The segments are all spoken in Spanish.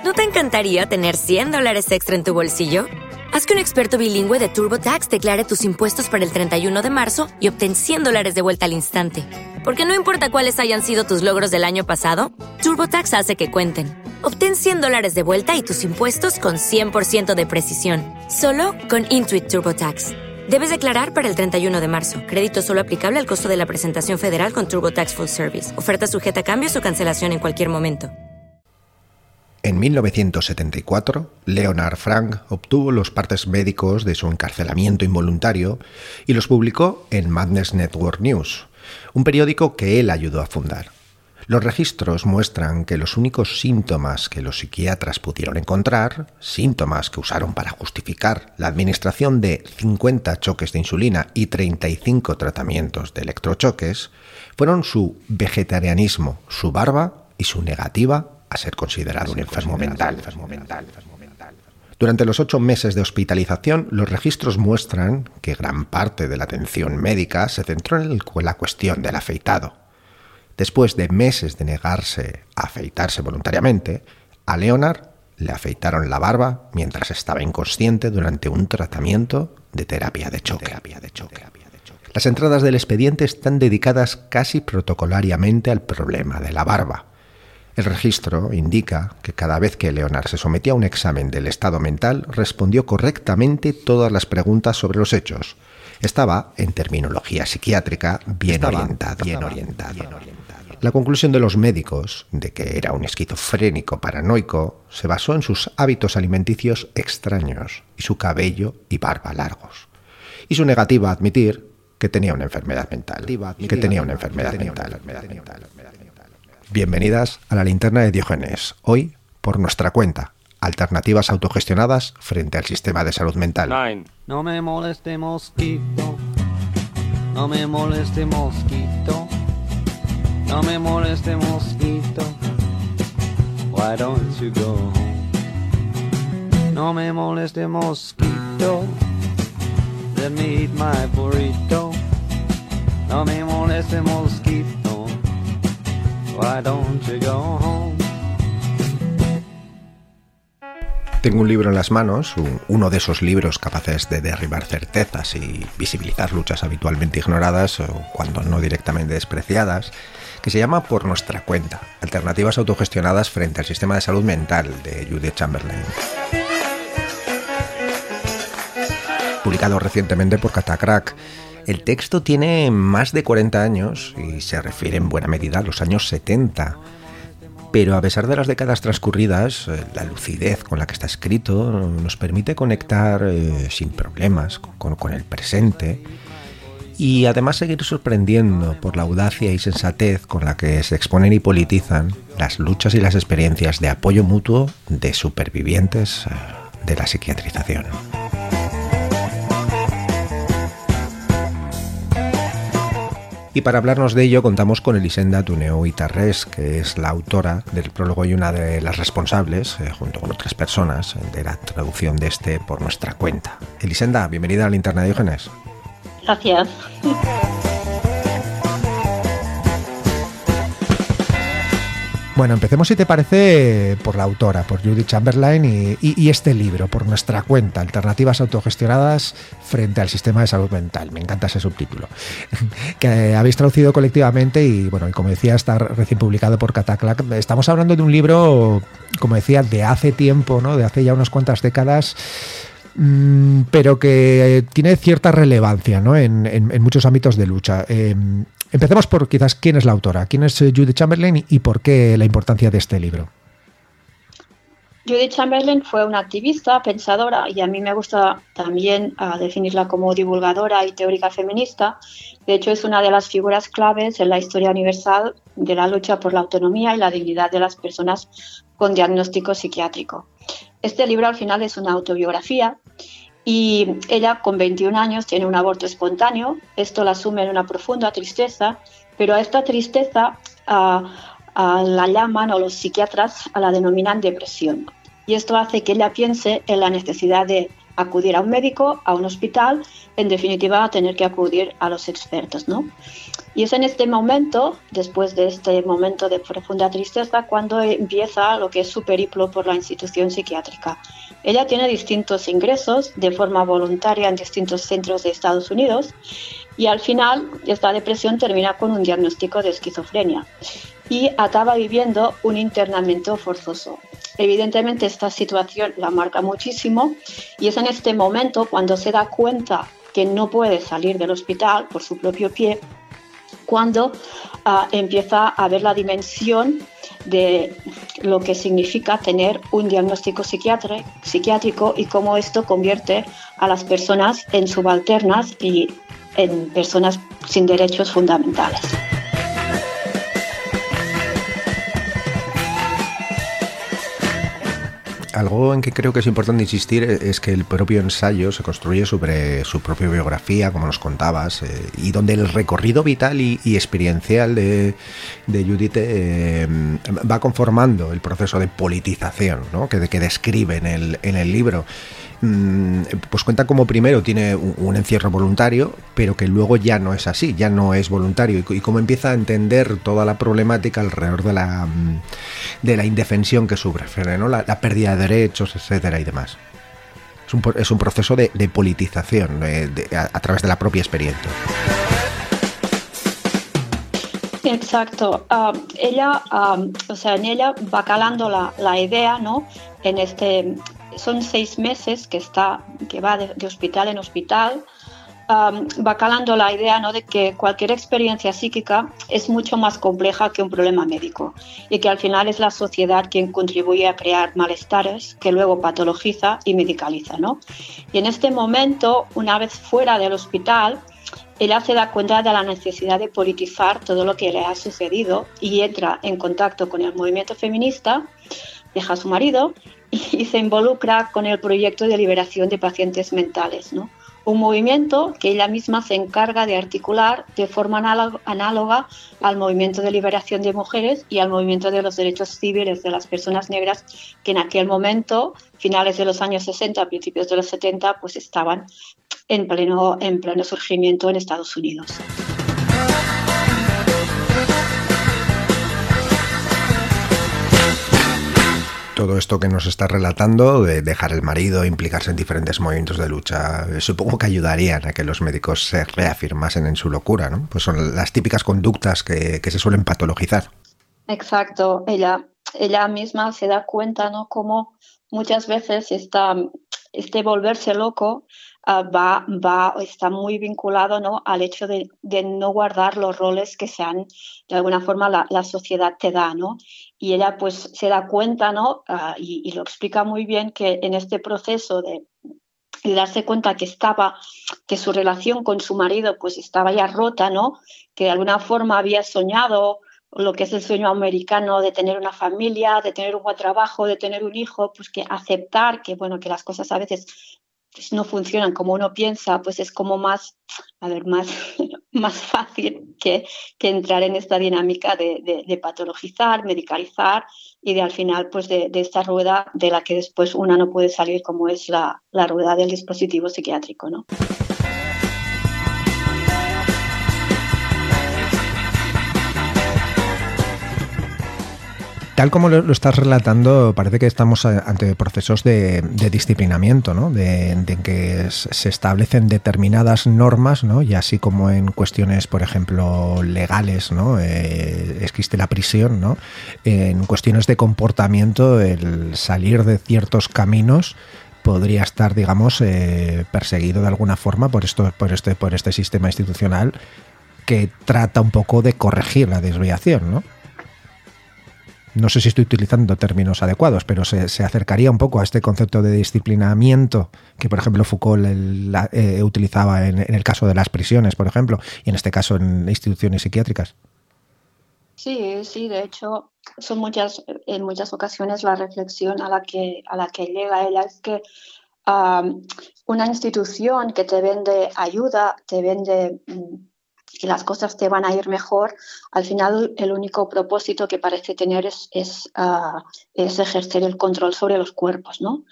¿No te encantaría tener $100 extra en tu bolsillo? Haz que un experto bilingüe de TurboTax declare tus impuestos para el 31 de marzo y obtén $100 de vuelta al instante. Porque no importa cuáles hayan sido tus logros del año pasado, TurboTax hace que cuenten. Obtén $100 de vuelta y tus impuestos con 100% de precisión. Solo con Intuit TurboTax. Debes declarar para el 31 de marzo. Crédito solo aplicable al costo de la presentación federal con TurboTax Full Service. Oferta sujeta a cambios o cancelación en cualquier momento. En 1974, Leonard Frank obtuvo los partes médicos de su encarcelamiento involuntario y los publicó en Madness Network News, un periódico que él ayudó a fundar. Los registros muestran que los únicos síntomas que los psiquiatras pudieron encontrar, síntomas que usaron para justificar la administración de 50 choques de insulina y 35 tratamientos de electrochoques, fueron su vegetarianismo, su barba y su negativa a ser considerado un enfermo mental. Durante los 8 meses de hospitalización, los registros muestran que gran parte de la atención médica se centró en la cuestión del afeitado. Después de meses de negarse a afeitarse voluntariamente, a Leonard le afeitaron la barba mientras estaba inconsciente durante un tratamiento de terapia de choque. Las entradas del expediente están dedicadas casi protocolariamente al problema de la barba. El registro indica que cada vez que Leonard se sometía a un examen del estado mental, respondió correctamente todas las preguntas sobre los hechos. Estaba, en terminología psiquiátrica, bien orientado. La conclusión de los médicos de que era un esquizofrénico paranoico se basó en sus hábitos alimenticios extraños y su cabello y barba largos, y su negativa a admitir que tenía una enfermedad mental. Bienvenidas a la linterna de Diógenes, hoy por nuestra cuenta, alternativas autogestionadas frente al sistema de salud mental. 9. No me moleste mosquito, no me moleste mosquito, no me moleste mosquito, why don't you go home? No me moleste mosquito, let me eat my burrito, no me moleste mosquito, why don't you go home? Tengo un libro en las manos, uno de esos libros capaces de derribar certezas y visibilizar luchas habitualmente ignoradas o cuando no directamente despreciadas, que se llama Por nuestra cuenta, alternativas autogestionadas frente al sistema de salud mental, de Judith Chamberlain. Publicado recientemente por Catacrack. El texto tiene más de 40 años y se refiere en buena medida a los años 70. Pero a pesar de las décadas transcurridas, la lucidez con la que está escrito nos permite conectar sin problemas con el presente y además seguir sorprendiendo por la audacia y sensatez con la que se exponen y politizan las luchas y las experiencias de apoyo mutuo de supervivientes de la psiquiatrización. Y para hablarnos de ello contamos con Elisenda Tuneu i Tarrés, que es la autora del prólogo y una de las responsables, junto con otras personas, de la traducción de este Por nuestra cuenta. Elisenda, bienvenida a la linterna de Diógenes. Gracias. Bueno, empecemos, si te parece, por la autora, por Judith Chamberlain y este libro, Por nuestra cuenta, alternativas autogestionadas frente al sistema de salud mental. Me encanta ese subtítulo, que habéis traducido colectivamente y, bueno, y como decía, está recién publicado por Cataclack. Estamos hablando de un libro, como decía, de hace tiempo, ¿no? De hace ya unas cuantas décadas, pero que tiene cierta relevancia, ¿no? en muchos ámbitos de lucha. Empecemos por quizás quién es la autora, quién es Judith Chamberlain y por qué la importancia de este libro. Judith Chamberlain fue una activista, pensadora, y a mí me gusta también definirla como divulgadora y teórica feminista. De hecho, es una de las figuras claves en la historia universal de la lucha por la autonomía y la dignidad de las personas con diagnóstico psiquiátrico. Este libro al final es una autobiografía y ella con 21 años tiene un aborto espontáneo. Esto la sume en una profunda tristeza, pero a esta tristeza la llaman, o los psiquiatras la denominan depresión. Y esto hace que ella piense en la necesidad de acudir a un médico, a un hospital, en definitiva a tener que acudir a los expertos, ¿no? Y es en este momento, después de este momento de profunda tristeza, cuando empieza lo que es su periplo por la institución psiquiátrica. Ella tiene distintos ingresos de forma voluntaria en distintos centros de Estados Unidos y al final esta depresión termina con un diagnóstico de esquizofrenia y acaba viviendo un internamiento forzoso. Evidentemente esta situación la marca muchísimo y es en este momento cuando se da cuenta que no puede salir del hospital por su propio pie, cuando empieza a ver la dimensión de lo que significa tener un diagnóstico psiquiátrico y cómo esto convierte a las personas en subalternas y en personas sin derechos fundamentales. Algo en que creo que es importante insistir es que el propio ensayo se construye sobre su propia biografía, como nos contabas, y donde el recorrido vital y experiencial de Judith va conformando el proceso de politización, ¿no? que describe en el libro. Pues cuenta como primero tiene un encierro voluntario, pero que luego ya no es así, ya no es voluntario, y cómo empieza a entender toda la problemática alrededor de la indefensión que sufre, ¿no? La pérdida de derechos, etcétera y demás. Es un proceso de politización a través de la propia experiencia. Exacto. Ella, en ella va calando la idea, ¿no? Son 6 meses que va de hospital en hospital. Va calando la idea, ¿no?, de que cualquier experiencia psíquica es mucho más compleja que un problema médico y que al final es la sociedad quien contribuye a crear malestares que luego patologiza y medicaliza, ¿no? Y en este momento, una vez fuera del hospital, ella se da cuenta de la necesidad de politizar todo lo que le ha sucedido y entra en contacto con el movimiento feminista, deja a su marido y se involucra con el proyecto de liberación de pacientes mentales, ¿no? Un movimiento que ella misma se encarga de articular de forma análoga al movimiento de liberación de mujeres y al movimiento de los derechos civiles de las personas negras, que en aquel momento, finales de los años 60, principios de los 70, pues estaban en pleno surgimiento en Estados Unidos. Todo esto que nos está relatando, de dejar el marido, implicarse en diferentes movimientos de lucha, supongo que ayudarían a que los médicos se reafirmasen en su locura, ¿no? Pues son las típicas conductas que se suelen patologizar. Exacto. Ella misma se da cuenta, ¿no?, cómo muchas veces este volverse loco está muy vinculado, ¿no?, al hecho de no guardar los roles que de alguna forma la sociedad te da, ¿no? Y ella pues se da cuenta, ¿no?, y lo explica muy bien, que en este proceso de darse cuenta que su relación con su marido pues estaba ya rota, ¿no?, que de alguna forma había soñado lo que es el sueño americano de tener una familia, de tener un buen trabajo, de tener un hijo, pues que aceptar que las cosas a veces pues no funcionan como uno piensa, pues es como más fácil que entrar en esta dinámica de patologizar, medicalizar y de al final pues de esta rueda de la que después una no puede salir, como es la rueda del dispositivo psiquiátrico, ¿no? Tal como lo estás relatando, parece que estamos ante procesos de disciplinamiento, ¿no? De que se establecen determinadas normas, ¿no? Y así como en cuestiones, por ejemplo, legales, ¿no? Existe la prisión, ¿no? En cuestiones de comportamiento, el salir de ciertos caminos podría estar, digamos, perseguido de alguna forma por este sistema institucional que trata un poco de corregir la desviación, ¿no? No sé si estoy utilizando términos adecuados, pero se acercaría un poco a este concepto de disciplinamiento que, por ejemplo, Foucault utilizaba en el caso de las prisiones, por ejemplo, y en este caso en instituciones psiquiátricas. Sí, de hecho, en muchas ocasiones la reflexión a la que llega ella es que una institución que te vende ayuda, te vende que las cosas te van a ir mejor, al final el único propósito que parece tener es ejercer el control sobre los cuerpos, ¿no?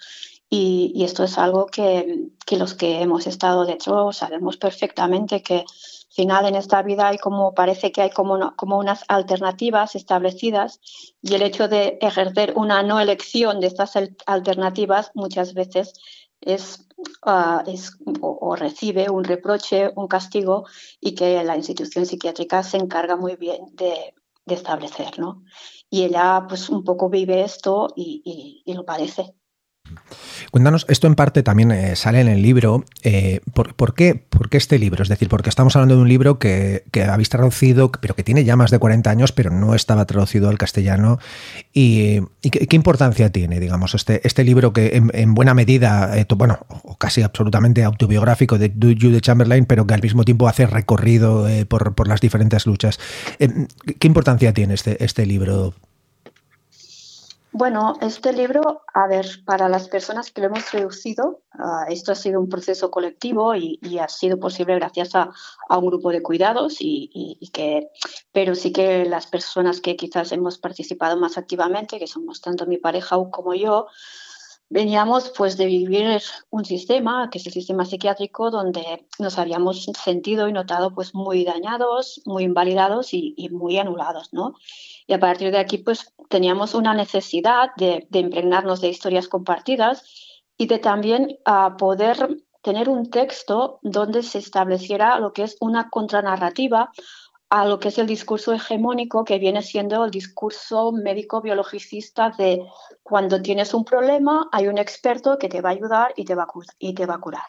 Y esto es algo que los que hemos estado dentro sabemos perfectamente, que al final en esta vida parece que hay como unas alternativas establecidas, y el hecho de ejercer una no elección de estas alternativas muchas veces es o recibe un reproche, un castigo, y que la institución psiquiátrica se encarga muy bien de establecer, ¿no? Y ella pues un poco vive esto y lo padece. Cuéntanos, esto en parte también sale en el libro. ¿Por qué este libro? Es decir, porque estamos hablando de un libro que habéis traducido, pero que tiene ya más de 40 años, pero no estaba traducido al castellano. ¿Y qué importancia tiene, digamos, este libro que en buena medida, o casi absolutamente autobiográfico de Judith Chamberlain, pero que al mismo tiempo hace recorrido por las diferentes luchas? ¿Qué importancia tiene este libro? Bueno, este libro, a ver, para las personas que lo hemos traducido, esto ha sido un proceso colectivo y ha sido posible gracias a un grupo de cuidados, pero sí que las personas que quizás hemos participado más activamente, que somos tanto mi pareja como yo, veníamos pues de vivir un sistema, que es el sistema psiquiátrico, donde nos habíamos sentido y notado pues muy dañados, muy invalidados y muy anulados, ¿no? Y a partir de aquí pues teníamos una necesidad de impregnarnos de historias compartidas y de también poder tener un texto donde se estableciera lo que es una contranarrativa a lo que es el discurso hegemónico, que viene siendo el discurso médico-biologicista de cuando tienes un problema hay un experto que te va a ayudar y te va a curar.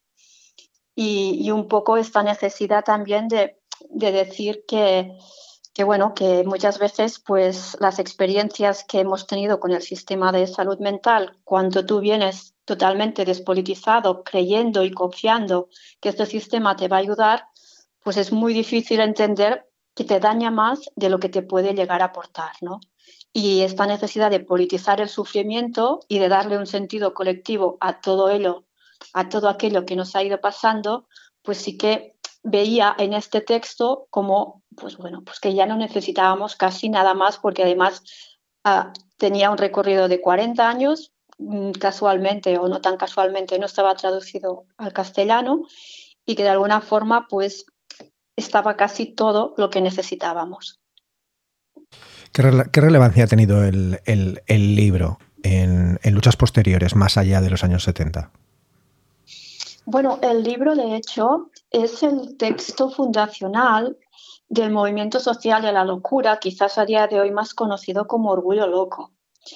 Y un poco esta necesidad también de decir que muchas veces pues las experiencias que hemos tenido con el sistema de salud mental, cuando tú vienes totalmente despolitizado, creyendo y confiando que este sistema te va a ayudar, pues es muy difícil entender que te daña más de lo que te puede llegar a aportar, ¿no? Y esta necesidad de politizar el sufrimiento y de darle un sentido colectivo a todo aquello que nos ha ido pasando, pues sí que veía en este texto como, pues que ya no necesitábamos casi nada más, porque además tenía un recorrido de 40 años, casualmente o no tan casualmente no estaba traducido al castellano, y que de alguna forma pues estaba casi todo lo que necesitábamos. ¿Qué relevancia ha tenido el libro en luchas posteriores, más allá de los años 70? Bueno, el libro, de hecho, es el texto fundacional del movimiento social de la locura, quizás a día de hoy más conocido como Orgullo Loco.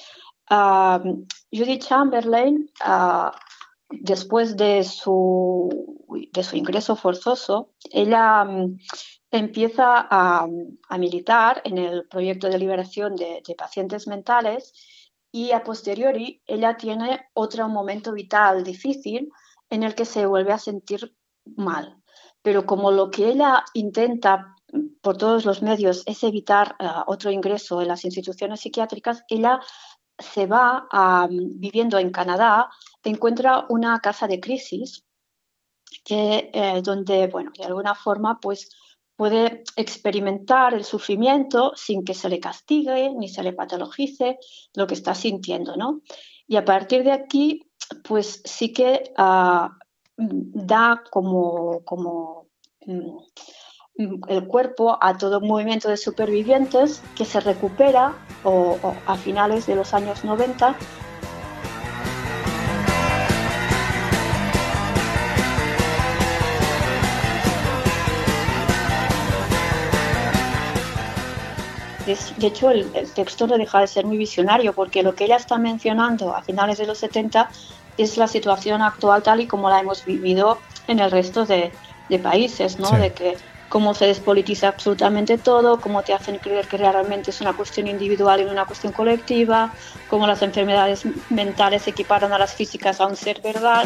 Judith Chamberlain, después de su ingreso forzoso, ella empieza a militar en el proyecto de liberación de pacientes mentales, y a posteriori ella tiene otro momento vital difícil en el que se vuelve a sentir mal. Pero como lo que ella intenta por todos los medios es evitar otro ingreso en las instituciones psiquiátricas, ella se va viviendo en Canadá, encuentra una casa de crisis donde, de alguna forma, pues puede experimentar el sufrimiento sin que se le castigue ni se le patologice lo que está sintiendo, ¿no? Y a partir de aquí, pues sí que da como el cuerpo a todo un movimiento de supervivientes que se recupera o a finales de los años 90. De hecho, el texto no deja de ser muy visionario, porque lo que ella está mencionando a finales de los 70 es la situación actual tal y como la hemos vivido en el resto de países, ¿no? Sí. De que cómo se despolitiza absolutamente todo, cómo te hacen creer que realmente es una cuestión individual y no una cuestión colectiva, cómo las enfermedades mentales se equiparan a las físicas a un ser verdad.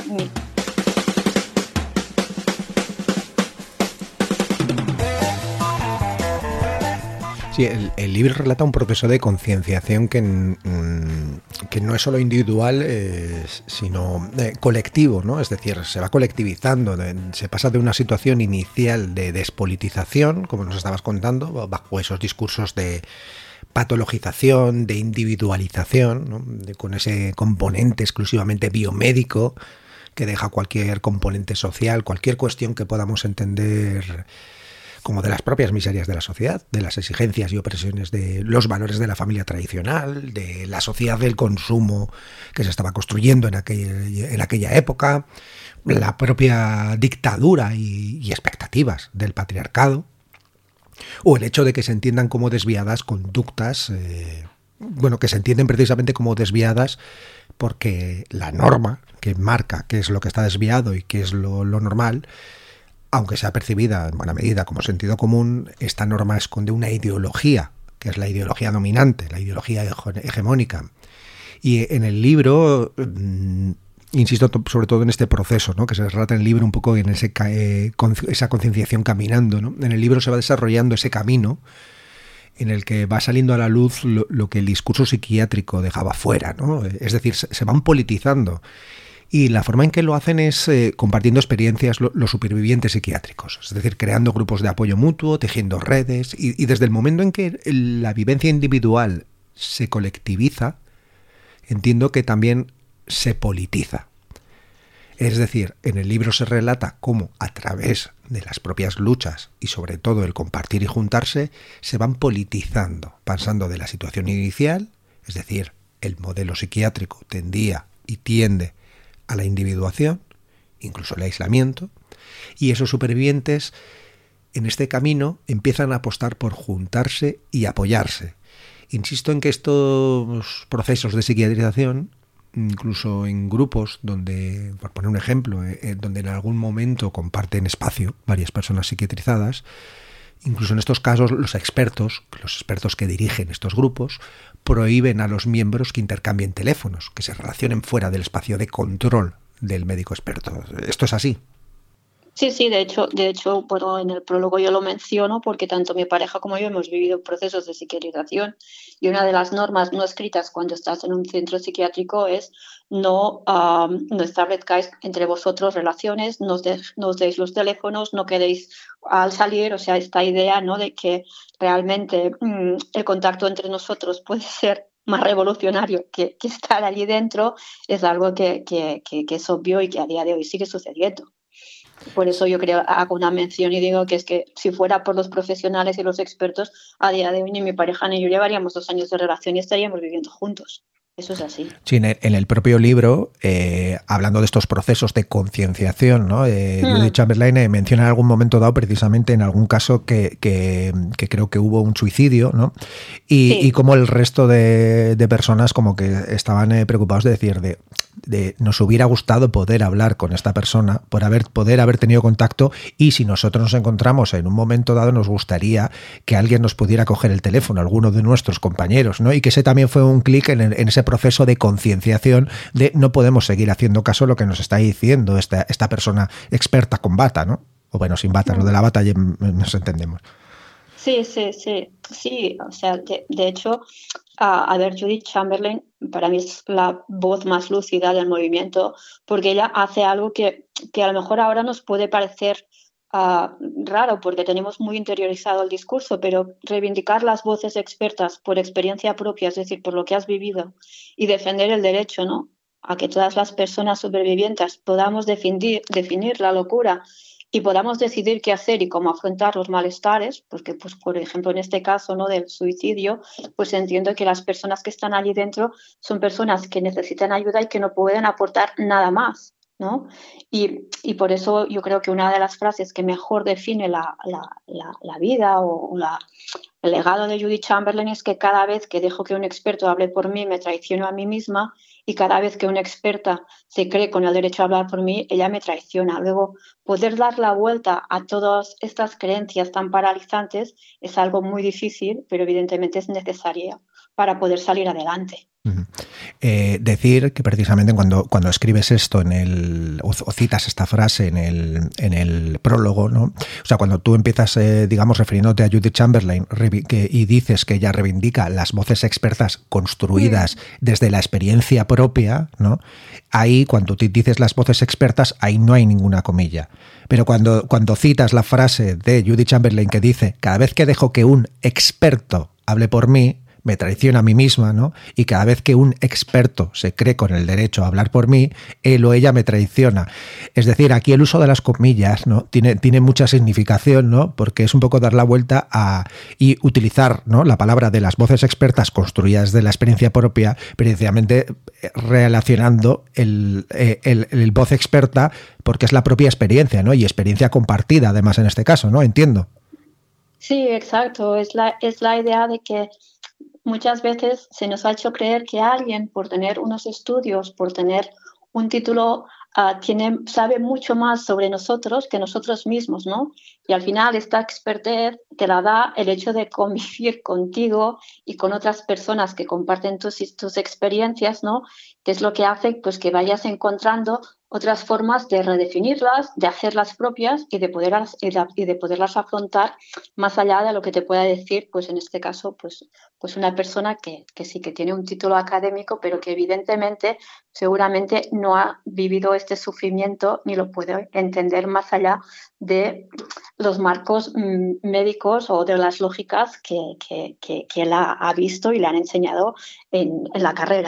Sí, el libro relata un proceso de concienciación que no es solo individual, sino colectivo, ¿no? Es decir, se va colectivizando, se pasa de una situación inicial de despolitización, como nos estabas contando, bajo esos discursos de patologización, de individualización, ¿no? Con ese componente exclusivamente biomédico que deja cualquier componente social, cualquier cuestión que podamos entender como de las propias miserias de la sociedad, de las exigencias y opresiones de los valores de la familia tradicional, de la sociedad del consumo que se estaba construyendo en aquella época, la propia dictadura y expectativas del patriarcado, o el hecho de que se entiendan como desviadas conductas, que se entienden precisamente como desviadas porque la norma que marca qué es lo que está desviado y qué es lo normal, aunque sea percibida en buena medida como sentido común, esta norma esconde una ideología, que es la ideología dominante, la ideología hegemónica. Y en el libro, insisto sobre todo en este proceso, ¿no? Que se relata en el libro un poco en esa concienciación caminando, ¿no? En el libro se va desarrollando ese camino en el que va saliendo a la luz lo que el discurso psiquiátrico dejaba fuera, ¿no? Es decir, se van politizando. Y la forma en que lo hacen es compartiendo experiencias los supervivientes psiquiátricos, es decir, creando grupos de apoyo mutuo, tejiendo redes, y desde el momento en que la vivencia individual se colectiviza, entiendo que también se politiza. Es decir, en el libro se relata cómo a través de las propias luchas y sobre todo el compartir y juntarse, se van politizando, pasando de la situación inicial, es decir, el modelo psiquiátrico tendía y tiende a la individuación, incluso el aislamiento, y esos supervivientes en este camino empiezan a apostar por juntarse y apoyarse. Insisto en que estos procesos de psiquiatrización, incluso en grupos donde, por poner un ejemplo, donde en algún momento comparten espacio varias personas psiquiatrizadas, incluso en estos casos los expertos que dirigen estos grupos prohíben a los miembros que intercambien teléfonos, que se relacionen fuera del espacio de control del médico experto. ¿Esto es así? Sí, de hecho, bueno, en el prólogo yo lo menciono porque tanto mi pareja como yo hemos vivido procesos de psiquiatrización y una de las normas no escritas cuando estás en un centro psiquiátrico es no establezcáis entre vosotros relaciones, no os deis los teléfonos, no queréis al salir, o sea, esta idea, ¿no?, de que realmente el contacto entre nosotros puede ser más revolucionario que estar allí dentro, es algo que es obvio y que a día de hoy sigue sucediendo. Por eso yo hago una mención y digo que es que si fuera por los profesionales y los expertos, a día de hoy ni mi pareja ni yo llevaríamos 2 años de relación y estaríamos viviendo juntos. Eso es así. Sí, en el propio libro, hablando de estos procesos de concienciación, ¿no? Judith Chamberlain menciona en algún momento dado, precisamente en algún caso que creo que hubo un suicidio, ¿no? Y como el resto de personas como que estaban preocupados de decir de nos hubiera gustado poder hablar con esta persona, poder haber tenido contacto, y si nosotros nos encontramos en un momento dado nos gustaría que alguien nos pudiera coger el teléfono, alguno de nuestros compañeros, ¿no? Y que ese también fue un clic en ese proceso de concienciación de no podemos seguir haciendo caso a lo que nos está diciendo esta persona experta con bata, ¿no? O bueno, sin bata, lo de la bata ya nos entendemos. Sí, o sea, de hecho, a ver, Judith Chamberlain para mí es la voz más lúcida del movimiento, porque ella hace algo que a lo mejor ahora nos puede parecer raro, porque tenemos muy interiorizado el discurso, pero reivindicar las voces expertas por experiencia propia, es decir, por lo que has vivido, y defender el derecho, ¿no?, a que todas las personas supervivientes podamos definir la locura y podamos decidir qué hacer y cómo afrontar los malestares, porque, pues, por ejemplo, en este caso, ¿no?, del suicidio, pues entiendo que las personas que están allí dentro son personas que necesitan ayuda y que no pueden aportar nada más, ¿no? Y por eso yo creo que una de las frases que mejor define la vida o el legado de Judith Chamberlain es que cada vez que dejo que un experto hable por mí me traiciono a mí misma, y cada vez que una experta se cree con el derecho a hablar por mí, ella me traiciona. Luego, poder dar la vuelta a todas estas creencias tan paralizantes es algo muy difícil, pero evidentemente es necesario para poder salir adelante. Decir que precisamente cuando escribes esto o citas esta frase en el prólogo, ¿no? O sea, cuando tú empiezas, digamos, refiriéndote a Judith Chamberlain y dices que ella reivindica las voces expertas construidas desde la experiencia propia, ¿no? Ahí, cuando tú dices las voces expertas, ahí no hay ninguna comilla. Pero cuando citas la frase de Judith Chamberlain que dice: cada vez que dejo que un experto hable por mí, me traiciono a mí misma, ¿no? Y cada vez que un experto se cree con el derecho a hablar por mí, él o ella me traiciona. Es decir, aquí el uso de las comillas, ¿no? Tiene mucha significación, ¿no? Porque es un poco dar la vuelta y utilizar, ¿no?, la palabra de las voces expertas construidas de la experiencia propia, precisamente relacionando el voz experta, porque es la propia experiencia, ¿no? Y experiencia compartida, además, en este caso, ¿no? Entiendo. Sí, exacto. Es la idea de que muchas veces se nos ha hecho creer que alguien, por tener unos estudios, por tener un título, sabe mucho más sobre nosotros que nosotros mismos, ¿no? Y al final esta expertez te la da el hecho de convivir contigo y con otras personas que comparten tus experiencias, ¿no? Que es lo que hace, pues, que vayas encontrando otras formas de redefinirlas, de hacerlas propias y de poderlas afrontar más allá de lo que te pueda decir, pues en este caso, pues una persona que sí que tiene un título académico, pero que evidentemente seguramente no ha vivido este sufrimiento ni lo puede entender más allá de los marcos médicos o de las lógicas que él ha visto y le han enseñado en la carrera.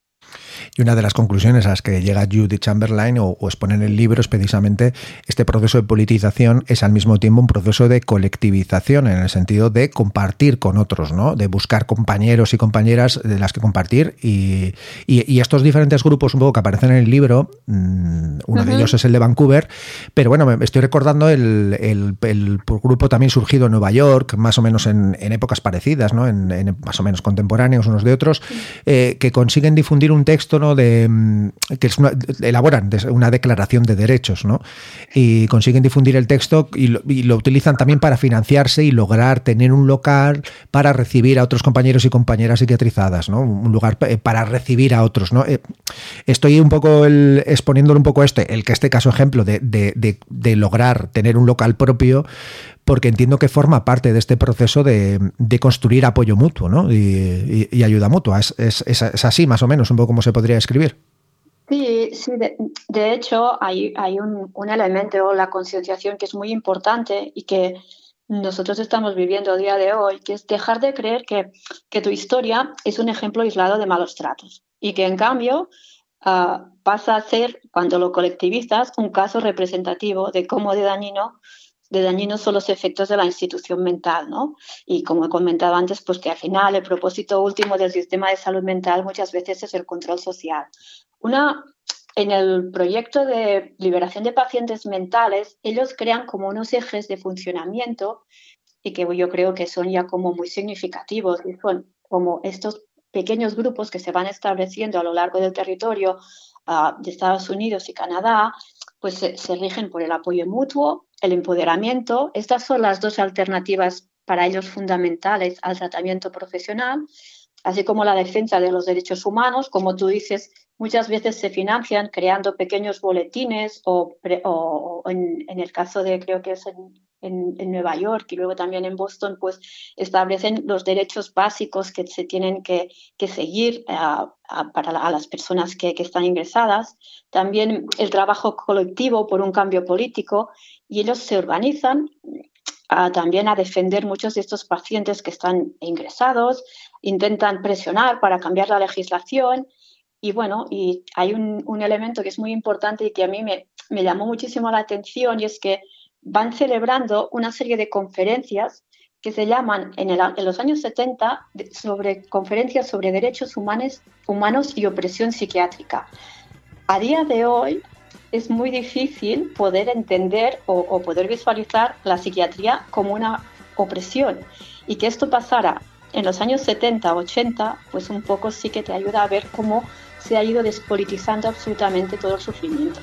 Y una de las conclusiones a las que llega Judith Chamberlain o expone en el libro es precisamente este proceso de politización es al mismo tiempo un proceso de colectivización en el sentido de compartir con otros, ¿no? De buscar compañeros y compañeras de las que compartir y estos diferentes grupos un poco que aparecen en el libro, uno de ellos es el de Vancouver, pero bueno, me estoy recordando el grupo también surgido en Nueva York, más o menos en épocas parecidas, ¿no? En más o menos contemporáneos unos de otros, que consiguen difundir un texto, ¿no?, que elaboran una declaración de derechos, ¿no? Y consiguen difundir el texto y lo utilizan también para financiarse y lograr tener un local para recibir a otros compañeros y compañeras psiquiatrizadas, ¿no? Un lugar para recibir a otros, ¿no? Estoy un poco exponiéndolo un poco el que este caso ejemplo de lograr tener un local propio, porque entiendo que forma parte de este proceso de construir apoyo mutuo, ¿no? Y ayuda mutua. Es así, más o menos, un poco como se podría escribir. Sí, de hecho hay un elemento, la concienciación, que es muy importante y que nosotros estamos viviendo a día de hoy, que es dejar de creer que tu historia es un ejemplo aislado de malos tratos y que en cambio pasa a ser, cuando lo colectivizas, un caso representativo de cómo de dañinos son los efectos de la institución mental, ¿no? Y como he comentado antes, pues que al final el propósito último del sistema de salud mental muchas veces es el control social. En el proyecto de liberación de pacientes mentales, ellos crean como unos ejes de funcionamiento y que yo creo que son ya como muy significativos, y son como estos pequeños grupos que se van estableciendo a lo largo del territorio de Estados Unidos y Canadá, pues se rigen por el apoyo mutuo, el empoderamiento. Estas son las dos alternativas para ellos fundamentales al tratamiento profesional, así como la defensa de los derechos humanos. Como tú dices, muchas veces se financian creando pequeños boletines o en el caso de, creo que es en Nueva York y luego también en Boston, pues establecen los derechos básicos que se tienen que seguir para las personas que están ingresadas. También el trabajo colectivo por un cambio político, y ellos se organizan también a defender muchos de estos pacientes que están ingresados, intentan presionar para cambiar la legislación. Y bueno, y hay un elemento que es muy importante y que a mí me llamó muchísimo la atención, y es que van celebrando una serie de conferencias que se llaman en los años 70 conferencias sobre derechos humanos y opresión psiquiátrica. A día de hoy es muy difícil poder entender o poder visualizar la psiquiatría como una opresión, y que esto pasara en los años 70, 80, pues un poco sí que te ayuda a ver cómo se ha ido despolitizando absolutamente todo el sufrimiento.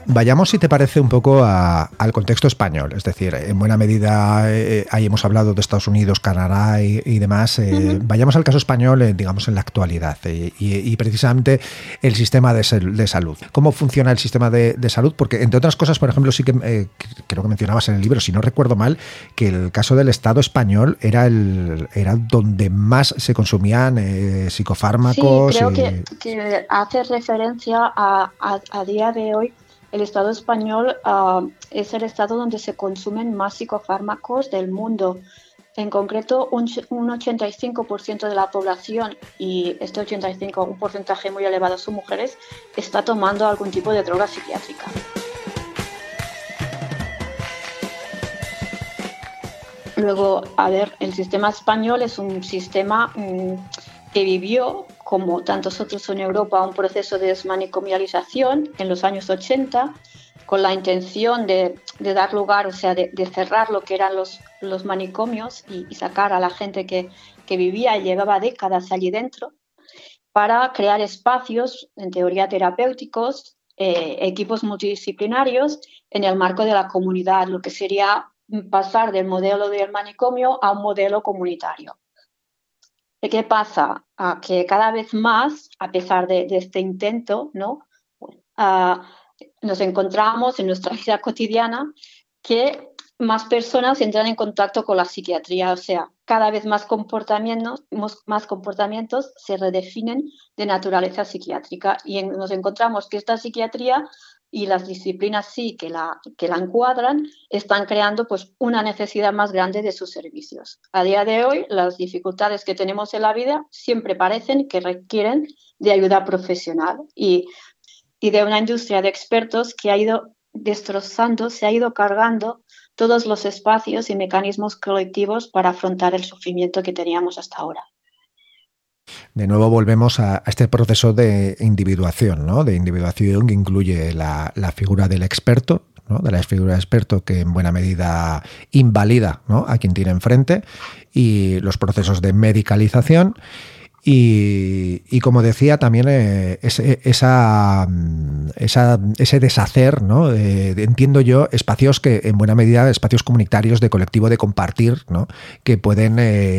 Vayamos, si te parece, un poco al contexto español. Es decir, en buena medida, ahí hemos hablado de Estados Unidos, Canadá y demás. Vayamos al caso español, digamos, en la actualidad y precisamente el sistema de salud. ¿Cómo funciona el sistema de salud? Porque, entre otras cosas, por ejemplo, sí que creo que mencionabas en el libro, si no recuerdo mal, que el caso del Estado español era donde más se consumían psicofármacos. Sí, creo que hace referencia a día de hoy. El Estado español es el estado donde se consumen más psicofármacos del mundo. En concreto, un 85% de la población, y este 85%, un porcentaje muy elevado, son mujeres, está tomando algún tipo de droga psiquiátrica. Luego, a ver, el sistema español es un sistema que vivió, como tantos otros en Europa, un proceso de desmanicomialización en los años 80, con la intención de dar lugar, o sea, de cerrar lo que eran los manicomios y sacar a la gente que vivía y llevaba décadas allí dentro, para crear espacios, en teoría terapéuticos, equipos multidisciplinarios en el marco de la comunidad, lo que sería pasar del modelo del manicomio a un modelo comunitario. ¿Qué pasa? Que cada vez más, a pesar de este intento, ¿no? Nos encontramos en nuestra vida cotidiana que más personas entran en contacto con la psiquiatría, o sea, cada vez más comportamientos se redefinen de naturaleza psiquiátrica y nos encontramos que esta psiquiatría y las disciplinas sí que la encuadran están creando pues una necesidad más grande de sus servicios. A día de hoy, las dificultades que tenemos en la vida siempre parecen que requieren de ayuda profesional y de una industria de expertos que ha ido destrozando, se ha ido cargando todos los espacios y mecanismos colectivos para afrontar el sufrimiento que teníamos hasta ahora. De nuevo volvemos a este proceso de individuación, ¿no? De individuación que incluye la figura del experto, ¿no? De la figura del experto que en buena medida invalida, ¿no? A quien tiene enfrente, y los procesos de medicalización. Y como decía, también ese deshacer, ¿no? Entiendo yo, espacios que en buena medida, espacios comunitarios de colectivo, de compartir, ¿no? Que pueden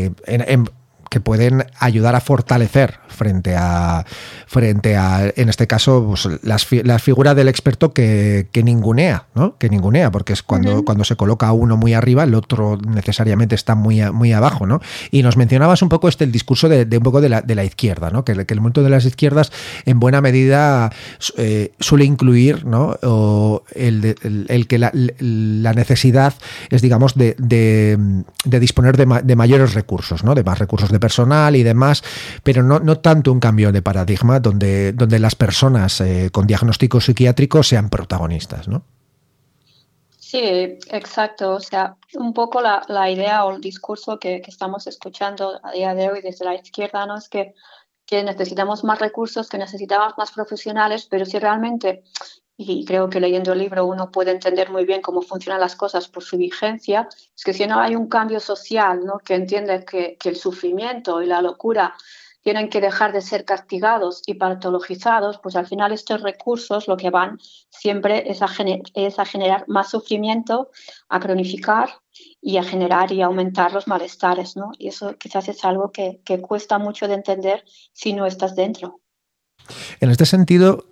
que pueden ayudar a fortalecer frente a en este caso, pues, la figura del experto que ningunea, ¿no? Que ningunea, porque es cuando se coloca a uno muy arriba, el otro necesariamente está muy abajo, ¿no? Y nos mencionabas un poco el discurso de un poco de la izquierda, ¿no? Que el momento de las izquierdas en buena medida suele incluir, ¿no? O el que la necesidad es, digamos, de disponer de mayores recursos, ¿no? De más recursos de personal y demás, pero no tanto un cambio de paradigma donde las personas con diagnóstico psiquiátrico sean protagonistas, ¿no? Sí, exacto. O sea, un poco la idea o el discurso que estamos escuchando a día de hoy desde la izquierda, ¿no? Es que necesitamos más recursos, que necesitamos más profesionales, pero si realmente, y creo que leyendo el libro uno puede entender muy bien cómo funcionan las cosas por su vigencia, es que si no hay un cambio social, ¿no? Que entiende que el sufrimiento y la locura tienen que dejar de ser castigados y patologizados, pues al final estos recursos lo que van siempre es a generar más sufrimiento, a cronificar y a generar y aumentar los malestares, ¿no? Y eso quizás es algo que cuesta mucho de entender si no estás dentro. En este sentido,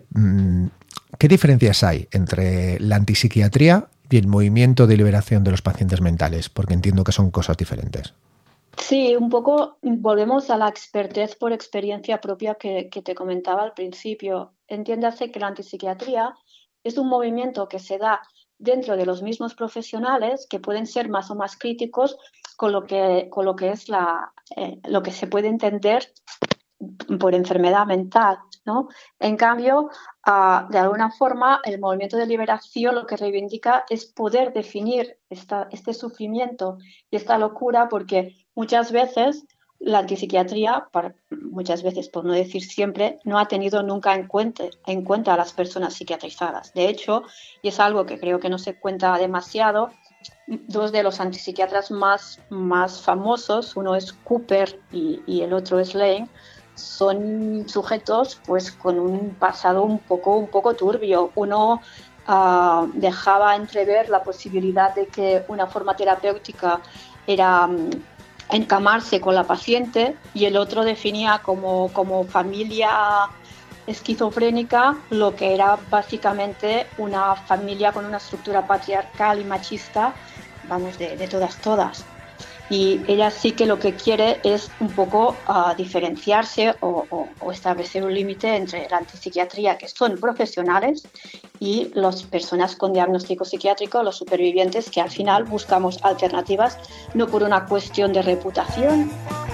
¿qué diferencias hay entre la antipsiquiatría y el movimiento de liberación de los pacientes mentales? Porque entiendo que son cosas diferentes. Sí, un poco volvemos a la expertez por experiencia propia que te comentaba al principio. Entiéndase que la antipsiquiatría es un movimiento que se da dentro de los mismos profesionales que pueden ser más o más críticos con lo que es lo que se puede entender por enfermedad mental, ¿no? En cambio, de alguna forma, el movimiento de liberación lo que reivindica es poder definir este sufrimiento y esta locura, porque muchas veces la antipsiquiatría, muchas veces, por no decir siempre, no ha tenido nunca en cuenta a las personas psiquiatrizadas. De hecho, y es algo que creo que no se cuenta demasiado, dos de los antipsiquiatras más famosos, uno es Cooper y el otro es Lane, son sujetos pues con un pasado un poco turbio. Uno dejaba entrever la posibilidad de que una forma terapéutica era encamarse con la paciente, y el otro definía como familia esquizofrénica lo que era básicamente una familia con una estructura patriarcal y machista, vamos, de todas. Y ella sí que lo que quiere es un poco diferenciarse o establecer un límite entre la antipsiquiatría, que son profesionales, y las personas con diagnóstico psiquiátrico, los supervivientes, que al final buscamos alternativas, no por una cuestión de reputación.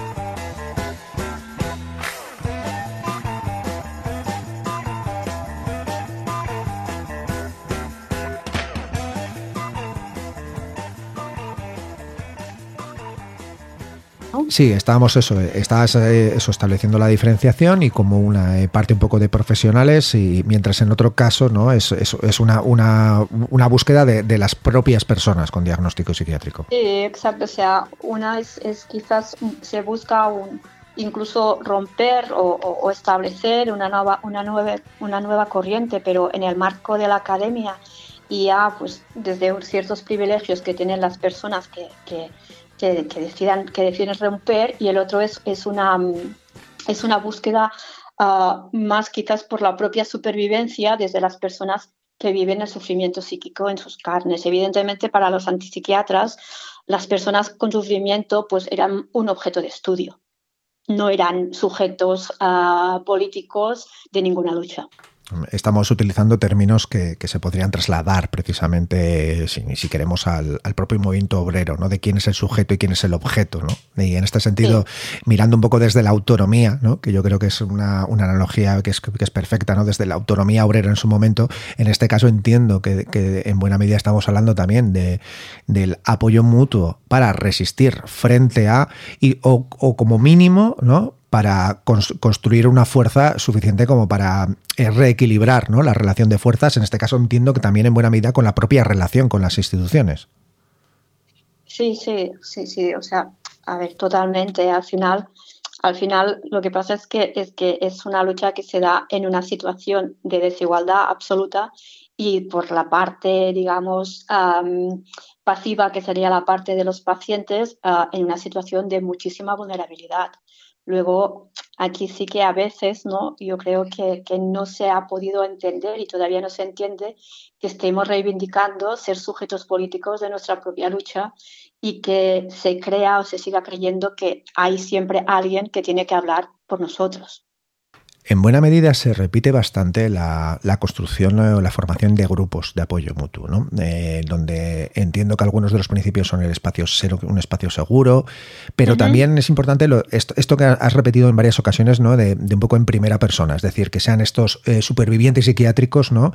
Sí, estabas estableciendo la diferenciación y como una parte un poco de profesionales, y mientras en otro caso no es una búsqueda de las propias personas con diagnóstico psiquiátrico. Sí, exacto. O sea, una es quizás se busca incluso romper o establecer una nueva corriente, pero en el marco de la academia, y ya pues desde ciertos privilegios que tienen las personas que deciden romper, y el otro es una búsqueda más quizás por la propia supervivencia desde las personas que viven el sufrimiento psíquico en sus carnes. Evidentemente, para los antipsiquiatras, las personas con sufrimiento pues eran un objeto de estudio, no eran sujetos políticos de ninguna lucha. Estamos utilizando términos que se podrían trasladar precisamente, si queremos, al propio movimiento obrero, ¿no? De quién es el sujeto y quién es el objeto, ¿no? Y en este sentido, sí, mirando un poco desde la autonomía, ¿no? Que yo creo que es una analogía que es perfecta, ¿no? Desde la autonomía obrera en su momento, en este caso entiendo que en buena medida estamos hablando también del apoyo mutuo para resistir frente a, o como mínimo, ¿no?, para construir una fuerza suficiente como para reequilibrar, ¿no?, la relación de fuerzas. En este caso entiendo que también en buena medida con la propia relación con las instituciones. Sí. O sea, a ver, totalmente. Al final lo que pasa es que es una lucha que se da en una situación de desigualdad absoluta, y por la parte, digamos, pasiva, que sería la parte de los pacientes, en una situación de muchísima vulnerabilidad. Luego, aquí sí que a veces, ¿no?, yo creo que no se ha podido entender, y todavía no se entiende, que estemos reivindicando ser sujetos políticos de nuestra propia lucha, y que se crea o se siga creyendo que hay siempre alguien que tiene que hablar por nosotros. En buena medida se repite bastante la construcción o la formación de grupos de apoyo mutuo, ¿no? Donde entiendo que algunos de los principios son un espacio seguro, pero también es importante esto que has repetido en varias ocasiones, ¿no?, de un poco en primera persona, es decir, que sean estos supervivientes psiquiátricos, ¿no?,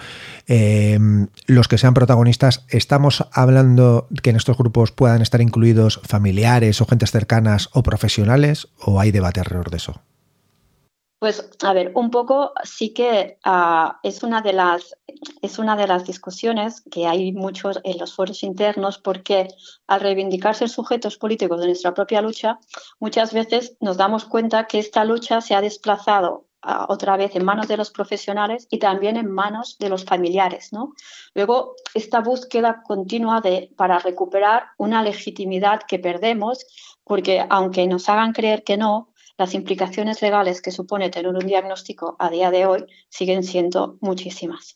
los que sean protagonistas. ¿Estamos hablando que en estos grupos puedan estar incluidos familiares o gentes cercanas o profesionales, o hay debate alrededor de eso? Pues, a ver, un poco sí que es una de las discusiones que hay muchos en los foros internos, porque al reivindicarse sujetos políticos de nuestra propia lucha, muchas veces nos damos cuenta que esta lucha se ha desplazado otra vez en manos de los profesionales y también en manos de los familiares, ¿no? Luego, esta búsqueda continua para recuperar una legitimidad que perdemos, porque aunque nos hagan creer que no, las implicaciones legales que supone tener un diagnóstico a día de hoy siguen siendo muchísimas.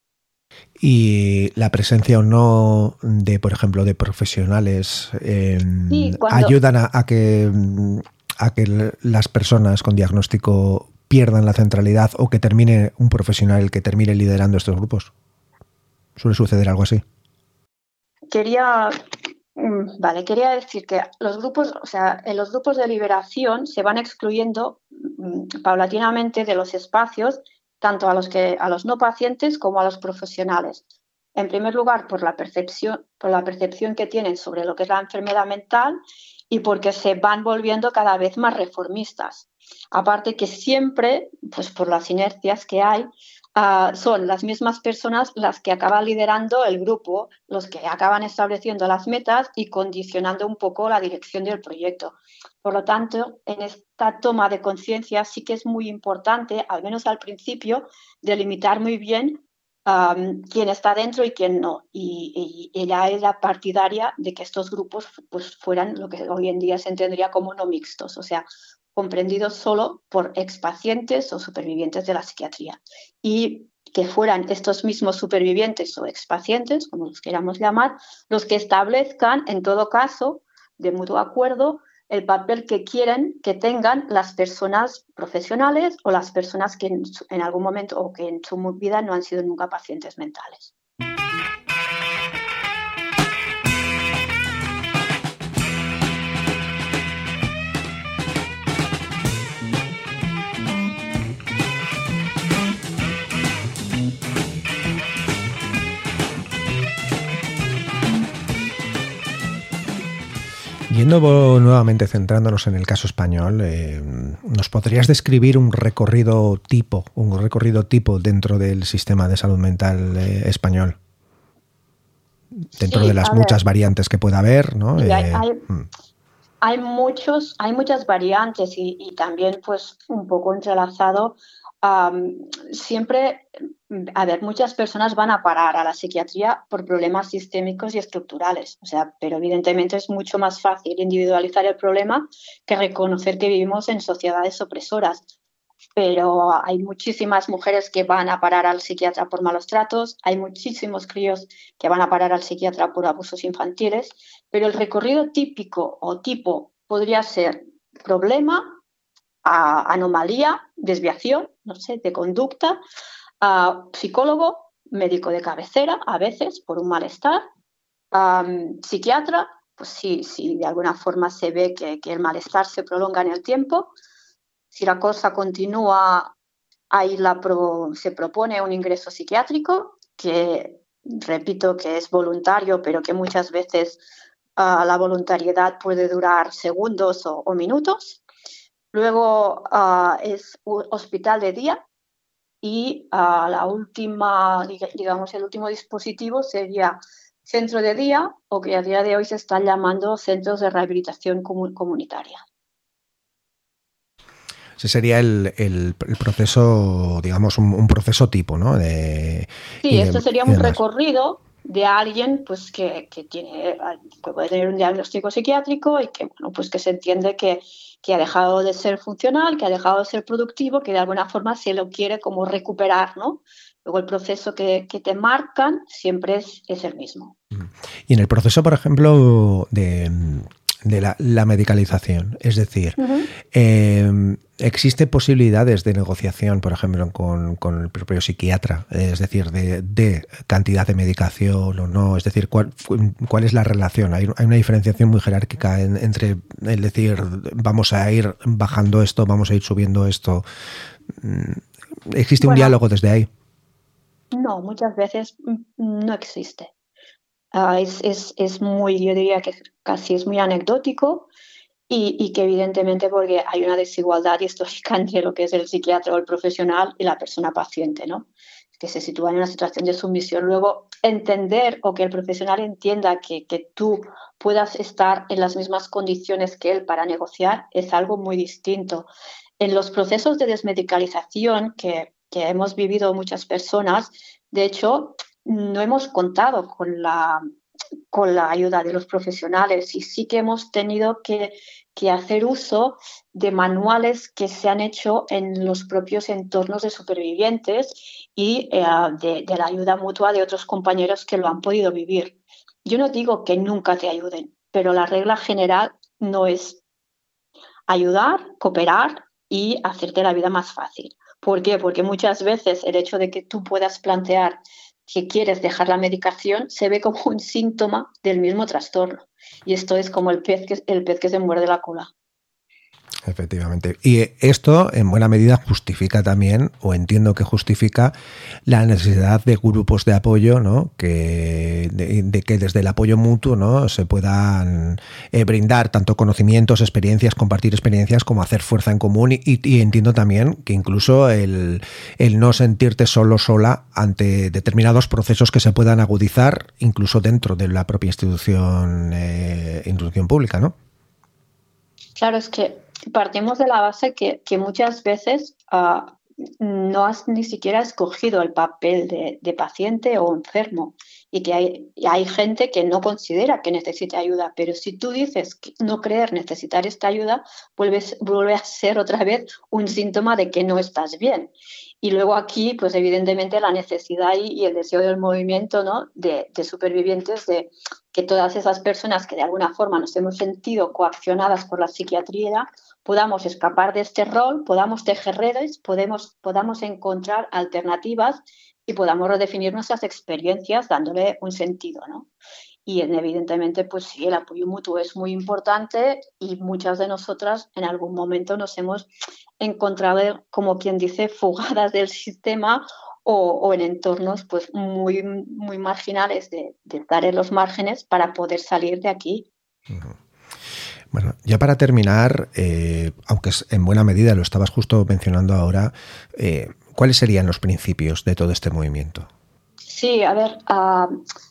Y la presencia o no de, por ejemplo, de profesionales ayudan a que las personas con diagnóstico pierdan la centralidad, o que termine un profesional el que termine liderando estos grupos. ¿Suele suceder algo así? Quería decir que los grupos, o sea, en los grupos de liberación se van excluyendo paulatinamente de los espacios, tanto a los no pacientes como a los profesionales. En primer lugar, por la percepción que tienen sobre lo que es la enfermedad mental, y porque se van volviendo cada vez más reformistas. Aparte que siempre, pues por las inercias que hay, son las mismas personas las que acaban liderando el grupo, los que acaban estableciendo las metas y condicionando un poco la dirección del proyecto. Por lo tanto, en esta toma de conciencia sí que es muy importante, al menos al principio, delimitar muy bien quién está dentro y quién no. Y ella era partidaria de que estos grupos pues, fueran lo que hoy en día se entendería como no mixtos, o sea, comprendidos solo por expacientes o supervivientes de la psiquiatría. Y que fueran estos mismos supervivientes o expacientes, como los queramos llamar, los que establezcan, en todo caso, de mutuo acuerdo, el papel que quieren que tengan las personas profesionales o las personas que en algún momento o que en su vida no han sido nunca pacientes mentales. Yendo nuevamente, centrándonos en el caso español, ¿nos podrías describir un recorrido tipo dentro del sistema de salud mental español? Dentro de las muchas variantes que pueda haber, ¿no? Hay muchas variantes y también pues un poco entrelazado. Siempre, muchas personas van a parar a la psiquiatría por problemas sistémicos y estructurales, o sea, pero evidentemente es mucho más fácil individualizar el problema que reconocer que vivimos en sociedades opresoras. Pero hay muchísimas mujeres que van a parar al psiquiatra por malos tratos, hay muchísimos críos que van a parar al psiquiatra por abusos infantiles, pero el recorrido típico o tipo podría ser problema, anomalía, desviación, no sé, de conducta, psicólogo, médico de cabecera, a veces por un malestar, psiquiatra, pues si de alguna forma se ve que el malestar se prolonga en el tiempo, si la cosa continúa, ahí se propone un ingreso psiquiátrico, que repito que es voluntario, pero que muchas veces la voluntariedad puede durar segundos o minutos. Luego es hospital de día y el último dispositivo sería centro de día, o que a día de hoy se están llamando centros de rehabilitación comunitaria. Ese sería el proceso, digamos, un proceso tipo, ¿no? Esto sería un recorrido de alguien pues que puede tener un diagnóstico psiquiátrico y que, bueno, pues que se entiende que ha dejado de ser funcional, que ha dejado de ser productivo, que de alguna forma se lo quiere como recuperar, ¿no? Luego el proceso que te marcan siempre es el mismo. Y en el proceso, por ejemplo, de la medicalización, es decir, ¿existe posibilidades de negociación, por ejemplo, con el propio psiquiatra? Es decir, de cantidad de medicación o no. Es decir, ¿cuál es la relación? Hay una diferenciación muy jerárquica entre el decir, vamos a ir bajando esto, vamos a ir subiendo esto. ¿Existe un diálogo desde ahí? No, muchas veces no existe. Es muy, yo diría que casi es muy anecdótico y que evidentemente porque hay una desigualdad histórica entre lo que es el psiquiatra o el profesional y la persona paciente, ¿no? Que se sitúa en una situación de sumisión. Luego, entender o que el profesional entienda que tú puedas estar en las mismas condiciones que él para negociar es algo muy distinto. En los procesos de desmedicalización que hemos vivido muchas personas, de hecho, no hemos contado con la ayuda de los profesionales y sí que hemos tenido que hacer uso de manuales que se han hecho en los propios entornos de supervivientes y de la ayuda mutua de otros compañeros que lo han podido vivir. Yo no digo que nunca te ayuden, pero la regla general no es ayudar, cooperar y hacerte la vida más fácil. ¿Por qué? Porque muchas veces el hecho de que tú puedas plantear que quieres dejar la medicación se ve como un síntoma del mismo trastorno. Y esto es como el pez que se muerde la cola. Efectivamente. Y esto en buena medida justifica también, o entiendo que justifica, la necesidad de grupos de apoyo, ¿no? De que desde el apoyo mutuo, ¿no? Se puedan brindar tanto conocimientos, experiencias, compartir experiencias, como hacer fuerza en común. Y entiendo también que incluso el no sentirte sola ante determinados procesos que se puedan agudizar incluso dentro de la propia institución pública, ¿no? Claro, es que partimos de la base que muchas veces no has ni siquiera escogido el papel de paciente o enfermo, y que hay gente que no considera que necesita ayuda, pero si tú dices que no creer necesitar esta ayuda, vuelve a ser otra vez un síntoma de que no estás bien. Y luego aquí, pues evidentemente la necesidad y el deseo del movimiento, ¿no?, de supervivientes, de que todas esas personas que de alguna forma nos hemos sentido coaccionadas por la psiquiatría podamos escapar de este rol, podamos tejer redes, podamos encontrar alternativas y podamos redefinir nuestras experiencias dándole un sentido, ¿no? Y evidentemente, pues sí, el apoyo mutuo es muy importante y muchas de nosotras en algún momento nos hemos encontrado, como quien dice, fugadas del sistema o en entornos pues muy, muy marginales de estar en los márgenes para poder salir de aquí. Bueno, ya para terminar, aunque en buena medida lo estabas justo mencionando ahora, ¿cuáles serían los principios de todo este movimiento? Sí, a ver, a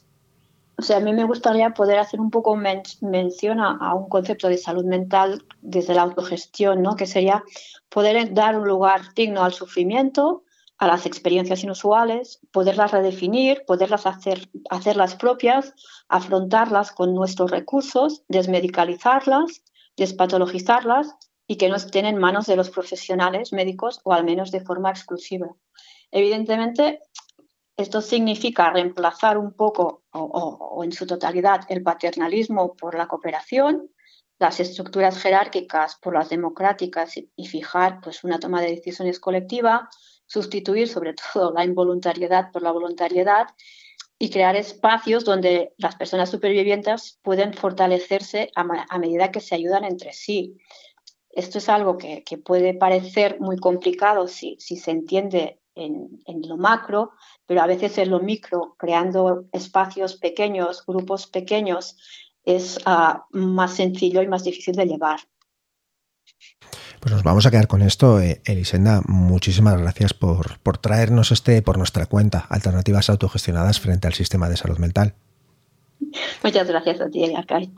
mí me gustaría poder hacer un poco mención a un concepto de salud mental desde la autogestión, ¿no?, que sería poder dar un lugar digno al sufrimiento, a las experiencias inusuales, poderlas redefinir, poderlas hacerlas propias, afrontarlas con nuestros recursos, desmedicalizarlas, despatologizarlas y que no estén en manos de los profesionales médicos o al menos de forma exclusiva. Evidentemente, esto significa reemplazar un poco o en su totalidad el paternalismo por la cooperación, las estructuras jerárquicas por las democráticas y fijar pues una toma de decisiones colectiva, sustituir sobre todo la involuntariedad por la voluntariedad y crear espacios donde las personas supervivientes pueden fortalecerse a medida que se ayudan entre sí. Esto es algo que puede parecer muy complicado si se entiende en lo macro, pero a veces en lo micro, creando espacios pequeños, grupos pequeños, es más sencillo y más difícil de llevar. Pues nos vamos a quedar con esto. Elisenda, muchísimas gracias por traernos por nuestra cuenta, alternativas autogestionadas frente al sistema de salud mental. Muchas gracias a ti, Arcay.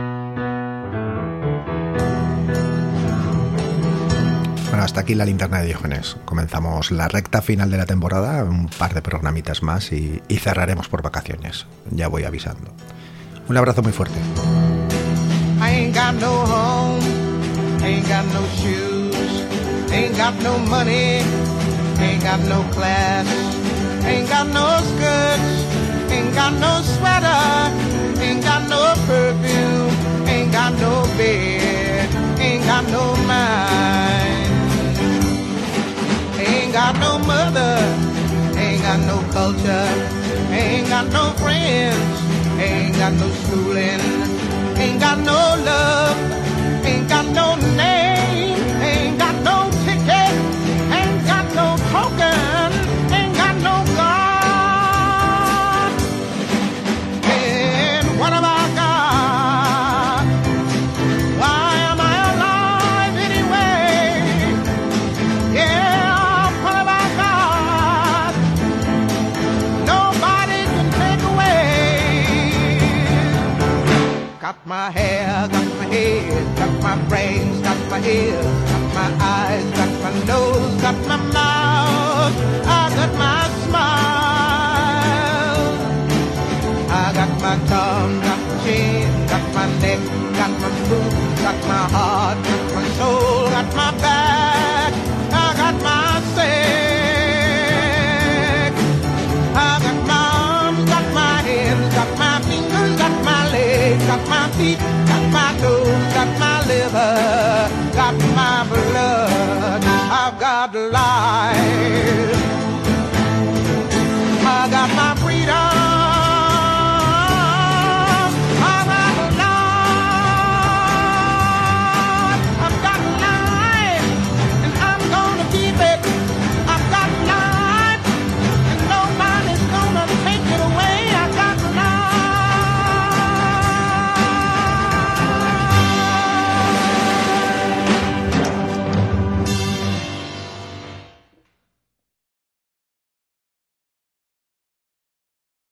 Bueno, hasta aquí la linterna de Diógenes. Comenzamos la recta final de la temporada, un par de programitas más y cerraremos por vacaciones. Ya voy avisando. Un abrazo muy fuerte. I ain't got no home, ain't got no shoes, ain't got no money, ain't got no class, ain't got no skirts, ain't got no sweater, ain't got no perfume, ain't got no bed, ain't got no mind, ain't got no mother, ain't got no culture, ain't got no friends, ain't got no schooling, ain't got no love, ain't got no name, ain't got no ticket, ain't got no token, ain't got no God. And what have I got? Why am I alive anyway? Yeah, what have I got? Nobody can take away. Got my hair, got my head, got my brains, got my ears, got my eyes, got my nose, got my mouth, I got my smile. I got my tongue, got my chin, got my neck, got my boobs, got my heart, got my soul, got my back, I got my sex. I got my arms, got my hands, got my fingers, got my legs, got my feet,